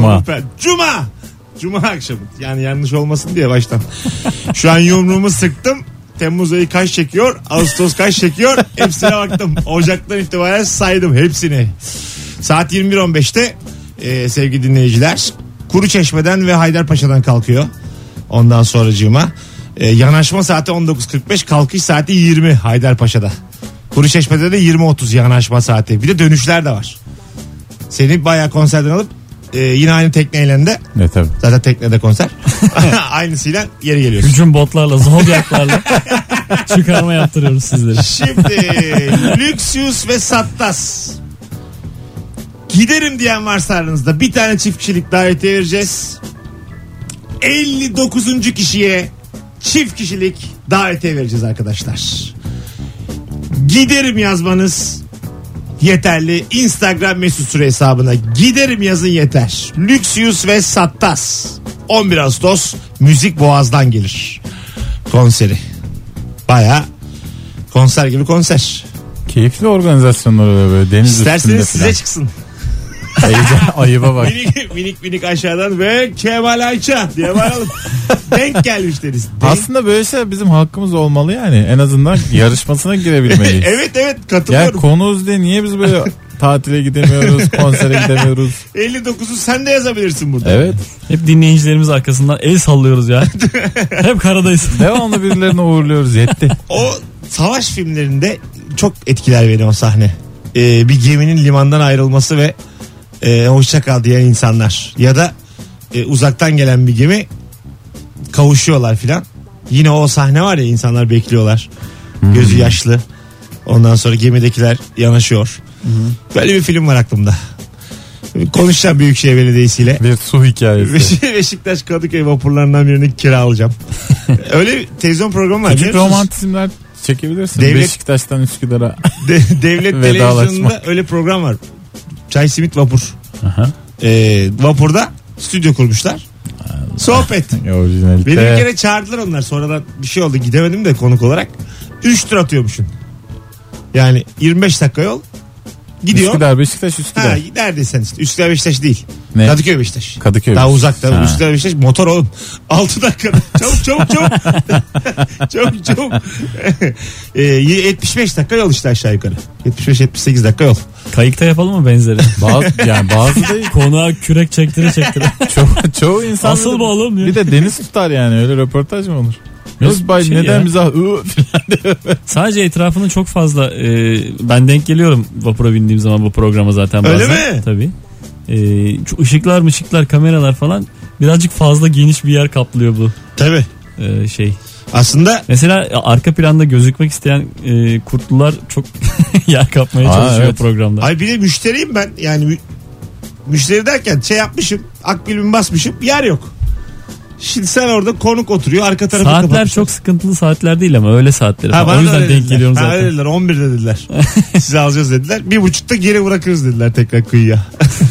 Cuma akşamı. Yani yanlış olmasın diye baştan. Şu an yumruğumu sıktım. Temmuz ayı kaç çekiyor? Ağustos kaç çekiyor? Hepsine baktım. Ocaktan itibaren saydım hepsini. Saat 21.15'te sevgili dinleyiciler, Kuruçeşme'den ve Haydarpaşa'dan kalkıyor. Ondan sonracığıma yanaşma saati 19.45, kalkış saati 20 Haydarpaşa'da. Kuruçeşme'de de 20.30 yanaşma saati. Bir de dönüşler de var. Seni bayağı konserden alıp yine aynı tekneyle de. Ne tabii. Zaten teknede konser. Aynısıyla geri geliyoruz. Hücum botlarla, zodyaklarla çıkarma yaptırıyoruz sizlere. Şimdi Lüksüs ve Sattas. Giderim diyen varsa aranızda bir tane çift kişilik davetiye vereceğiz. 59. kişiye çift kişilik davetiye vereceğiz arkadaşlar. Giderim yazmanız yeterli. Instagram Mesut Süre hesabına giderim yazın yeter. Lüksüs ve Sattas 11 Ağustos Müzik Boğaz'dan Gelir konseri. Baya konser gibi konser. Keyifli organizasyonlar oluyor böyle deniz İsterseniz üstünde size falan. çıksın. Ayıba bak. minik aşağıdan ve Kemal Ayça diye bağıralım. Denk gelmiş deriz. Aslında böyle şey bizim hakkımız olmalı yani. En azından yarışmasına girebilmeliyiz. Evet Ya katılıyorum. konumuz de niye biz böyle tatile gidemiyoruz, konsere gidemiyoruz? 59'u sen de yazabilirsin burada. Evet. Hep dinleyicilerimiz arkasından el sallıyoruz ya. Hep karadayız. Devamlı birilerini uğurluyoruz. Yetti. O savaş filmlerinde çok etkiler beni o sahne. Bir geminin limandan ayrılması ve hoşça kal diyen insanlar. Ya da uzaktan gelen bir gemi kavuşuyorlar filan. Yine o sahne var ya, insanlar bekliyorlar. Gözü yaşlı. Ondan sonra gemidekiler yanaşıyor. Böyle bir film var aklımda. Konuşacağım Büyükşehir Belediyesi'yle. Bir su hikayesi. Beşiktaş Kadıköy vapurlarından birini kiralayacağım. Öyle bir televizyon programı var. Küçük romantizmler çekebilirsin. Beşiktaş'tan Üsküdar'a. Devlet televizyonunda öyle program var. Çay simit vapur. Vapurda stüdyo kurmuşlar. Sohbet. Beni bir kere çağırdılar onlar. Sonradan bir şey oldu. Gidemedim de konuk olarak. 3 tur atıyormuşsun. Yani 25 dakika yol. Gidiyor. Üsküdar, Beşiktaş, Üsküdar. Ha, neredeysen işte. Üsküdar Beşiktaş değil. Ne? Kadıköy Beşiktaş. Kadıköy. Daha uzakta. Üsküdar Beşiktaş motor oğlum. 6 dakikada. Çabuk. Çabuk. 75 dakika yol işte aşağı yukarı. 75-78 dakika yol. Kayıkta yapalım mı benzeri? Bazı değil. Konuğa kürek çektire. Çoğu insan. Asıl mı oğlum? Bir de deniz tutar yani, öyle röportaj mı olur? Mesut Bay neden bize sadece etrafının çok fazla ben denk geliyorum vapura bindiğim zaman bu programa zaten bazen. Öyle mi? Tabii. Işıklar, kameralar falan birazcık fazla geniş bir yer kaplıyor bu. Tabii. Aslında mesela arka planda gözükmek isteyen kurtlular çok yer kapmaya çalışıyor programda. Ay bir de müşteriyim ben. Yani müşteri derken yapmışım. Akbilimi basmışım. Yer yok. Şimdi sen orada konuk oturuyor, arka tarafı saatler kapatmışlar. çok sıkıntılı saatler değil ama öyle saatleri. O yüzden denk geliyorum zaten. Öyle dediler, 11'de dediler. Sizi alacağız dediler. 1.30'da geri bırakırız dediler tekrar kıyıya.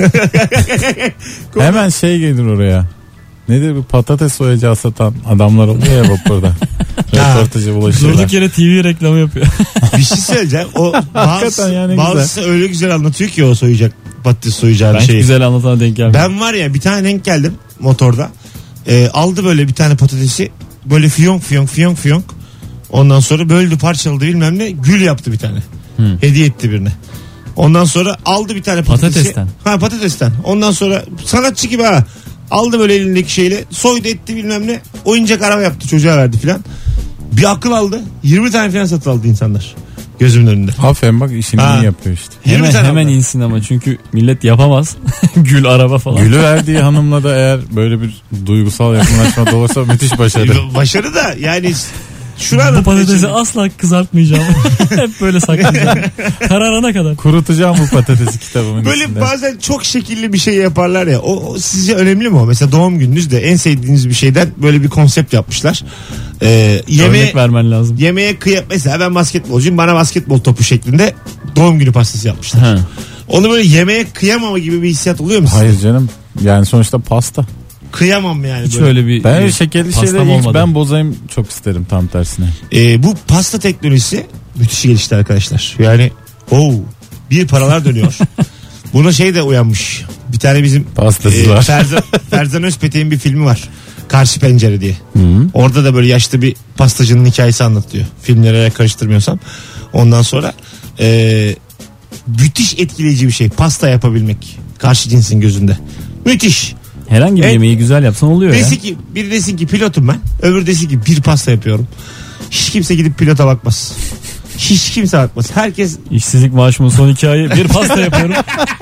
Hemen gelir oraya. Nedir bu patates soyacağı satan adamlar oluyor ya vapurda. Röportajı bulaşıyorlar. Durduk yere TV reklamı yapıyor. Bir şey söyleyeceğim. O bazısı öyle güzel anlatıyor ki o soyacak patates soyacağını ben güzel anlatana denk gelmedim. Ben var ya bir tane denk geldim motorda. Aldı böyle bir tane patatesi böyle fiyonk. Ondan sonra böldü, parçaladı bilmem ne, gül yaptı bir tane. Hediye etti birine. Ondan sonra aldı bir tane patatesi. Patatesten. Ondan sonra sanatçı gibi aldı böyle elindeki şeyle soydu etti bilmem ne, oyuncak araba yaptı, çocuğa verdi filan. Bir akıl aldı. 20 tane filan satın aldı insanlar gözümün önünde. Aferin bak, işini iyi yapıyor işte. Hemen insin ama çünkü millet yapamaz. Gül araba falan. Gülü verdiği hanımla da eğer böyle bir duygusal yakınlaşma da olursa müthiş başarı. Başarı da yani bu patatesi asla kızartmayacağım. Hep böyle saklayacağım. Kararana kadar. Kurutacağım bu patatesi kitabımın böyle içinde. Bazen çok şekilli bir şey yaparlar ya. O sizce önemli mi o? Mesela doğum gününüzde en sevdiğiniz bir şeyden böyle bir konsept yapmışlar. Örnek vermen lazım. Yemeğe mesela ben basketbolcuyum. Bana basketbol topu şeklinde doğum günü pastası yapmışlar. Onu böyle yemeğe kıyamama gibi bir hissiyat oluyor mu? Hayır canım. Yani sonuçta pasta. Kıyamam yani. Hiç öyle bir ben şekerli şeyleri ben bozayım çok isterim, tam tersine. Bu pasta teknolojisi müthiş gelişti arkadaşlar. Yani bir paralar dönüyor. Buna de uyanmış. Bir tane bizim pastası var. Ferzan Özpetek'in bir filmi var. Karşı Pencere diye. Orada da böyle yaşlı bir pastacının hikayesi anlatılıyor. Filmlere karıştırmıyorsam. Ondan sonra müthiş etkileyici bir şey. Pasta yapabilmek. Karşı cinsin gözünde. Müthiş. Herhangi bir yemeği güzel yapsan oluyor ya. Biri desin ki pilotum ben. Öbürü desin ki bir pasta yapıyorum. Hiç kimse gidip pilota bakmaz. Hiç kimse bakmaz. Herkes... İşsizlik maaşımın son 2 ayı bir pasta yapıyorum.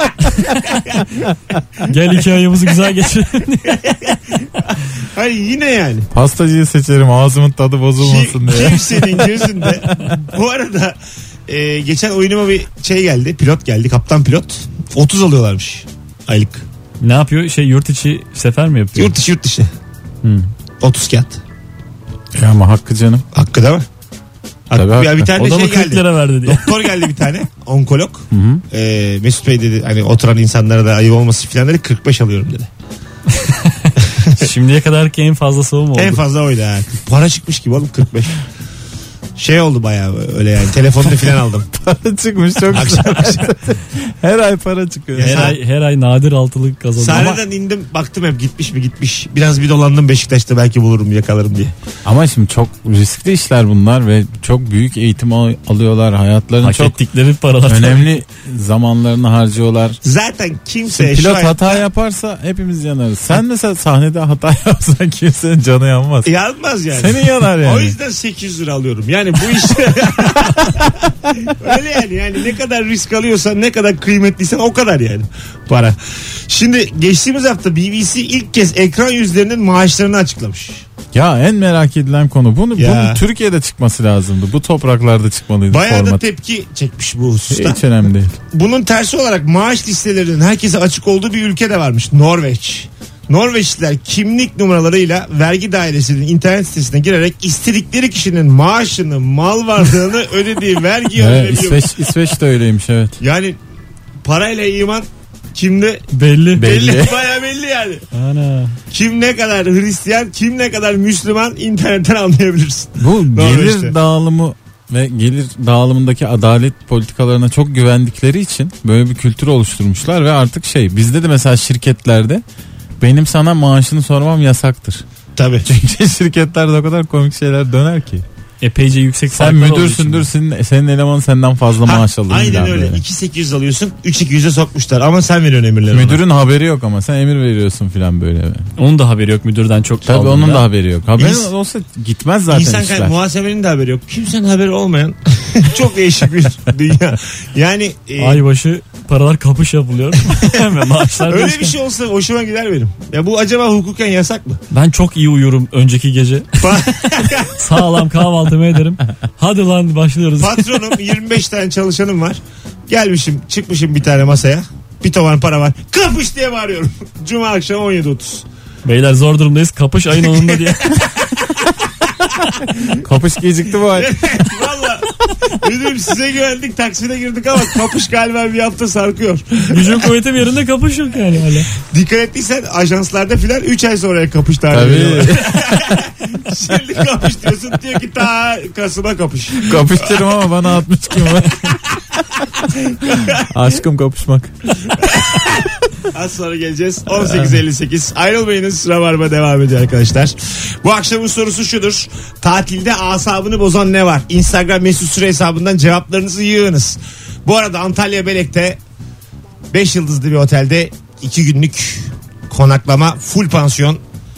Gel 2 ayımızı güzel geçirelim. Hayır yine yani. Pastacıyı seçerim ağzımın tadı bozulmasın diye. Kimsenin gözünde. Bu arada geçen oyunuma bir geldi. Pilot geldi. Kaptan pilot. 30 alıyorlarmış aylık. Ne yapıyor? Yurt içi sefer mi yapıyor? Yurt dışı. 30 kağıt. Ama hakkı canım. Hakkı da mı? Tabii bir tane o da mı 40 lira verdi diye. Doktor geldi bir tane. Onkolog. Mesut Bey dedi hani oturan insanlara da ayıp olması filan dedi. 45 alıyorum dedi. Şimdiye kadarki en fazlası o mu oldu? En fazla oydu ha. Para çıkmış gibi oğlum 45. Oldu bayağı öyle yani. Telefonda filan aldım. Para çıkmış çok güzel. Her ay para çıkıyor. Her ay nadir altılık kazandım. Sahneden indim baktım hep gitmiş. Biraz bir dolandım Beşiktaş'ta belki bulurum yakalarım diye. Ama şimdi çok riskli işler bunlar ve çok büyük eğitim alıyorlar. Hayatlarını hak çok ettikleri paralar. Önemli zamanlarını harcıyorlar. Zaten kimse pilot hata yaparsa hepimiz yanarız. Sen mesela sahnede hata yapsan kimsenin canı yanmaz. Yanmaz yani. Senin yanar yani. O yüzden 800 lira alıyorum. Yani yani bu iş. Öyle yani ne kadar risk alıyorsan, ne kadar kıymetliysen o kadar yani para. Şimdi geçtiğimiz hafta BBC ilk kez ekran yüzlerinin maaşlarını açıklamış. Ya en merak edilen konu bunun Ya. Türkiye'de çıkması lazımdı. Bu topraklarda çıkmalıydı Bayağı da format. tepki çekmiş bu hususta. Hiç önemli değil. Bunun tersi olarak maaş listelerinin herkese açık olduğu bir ülke de varmış. Norveç. Norveçliler kimlik numaralarıyla vergi dairesinin internet sitesine girerek istedikleri kişinin maaşını, mal varlığını ödediği vergiyi Evet, ödeyebiliyor. İsveç de öyleymiş evet. Yani parayla iman kimde Belli. Belli. Bayağı belli yani. Ana. Kim ne kadar Hristiyan, kim ne kadar Müslüman internetten anlayabilirsin. Bu Norveç'te. gelir dağılımı ve gelir dağılımındaki adalet politikalarına çok güvendikleri için böyle bir kültür oluşturmuşlar ve artık bizde de mesela şirketlerde benim sana maaşını sormam yasaktır. Tabii. Çünkü şirketlerde o kadar komik şeyler döner ki. Epeyce yüksek Sen farklar olduğu müdürsündür, için. senin elemanın senden fazla maaş alır. Aynen illa öyle. böyle. 2.800 alıyorsun, 3.200'e sokmuşlar ama sen veriyorsun emirleri. Müdürün haberi yok ama sen emir veriyorsun filan böyle. Onun da haberi yok müdürden çok Tabii aldığında. onun da haberi yok. Haberi İns- olsa gitmez zaten İnsan işler. muhasebenin de haberi yok. Kimsenin haberi olmayan çok değişik bir dünya. Yani Aybaşı paralar kapış yapılıyor. Ve maaşlar öyle başka. bir şey olsa hoşuma gider benim. Ya bu acaba hukuken yasak mı? Ben çok iyi uyurum önceki gece. Sağlam kahvaltımı ederim. Hadi lan başlıyoruz. Patronum 25 tane çalışanım var. Gelmişim çıkmışım bir tane masaya. Bir tavan para var. Kapış diye bağırıyorum. Cuma akşam 17.30. Beyler zor durumdayız. Kapış ayın 10'unda diye. Kapış gecikti bu ay. Valla. Müdürüm size güvendik taksine girdik ama kapış galiba bir hafta sarkıyor. Gücün kuvvetim yerinde kapış yok yani hala. Dikkat ettiysen ajanslarda filan 3 ay sonraya kapış tarihi Tabii. veriyorlar. Şimdi kapış diyorsun diyor ki ta Kasım'a kapış. Kapıştırım ama bana 60 gün var. Aşkım kapışmak. Az sonra geleceğiz. 18.58. Ayrılmayınız. Rabarba devam ediyor arkadaşlar. Bu akşamın sorusu şudur. Tatilde asabını bozan ne var? Instagram mesut süre hesabından cevaplarınızı yığınız. Bu arada Antalya Belek'te 5 yıldızlı bir otelde 2 günlük konaklama full pansiyon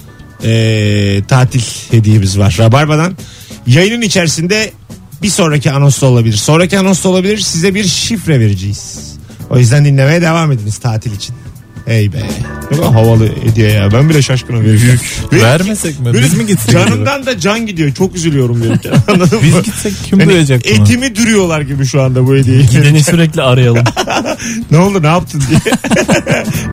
tatil hediyemiz var. Rabarba'dan. Yayının içerisinde bir sonraki anonsta olabilir. Sonraki anonsta olabilir. Size bir şifre vereceğiz. O yüzden dinlemeye devam ediniz tatil için. Ey be. Ne kadar havalı hediye ya. Ben bile şaşkınım. Büyük. Vermesek mi? Biz mi gitsek? Canımdan da can gidiyor. Çok üzülüyorum verirken. Anladın mı? Biz gitsek kim Yani duyacak bunu? etimi dürüyorlar gibi şu anda bu hediyeyi. Gideni sürekli arayalım. Ne oldu ne yaptın diye.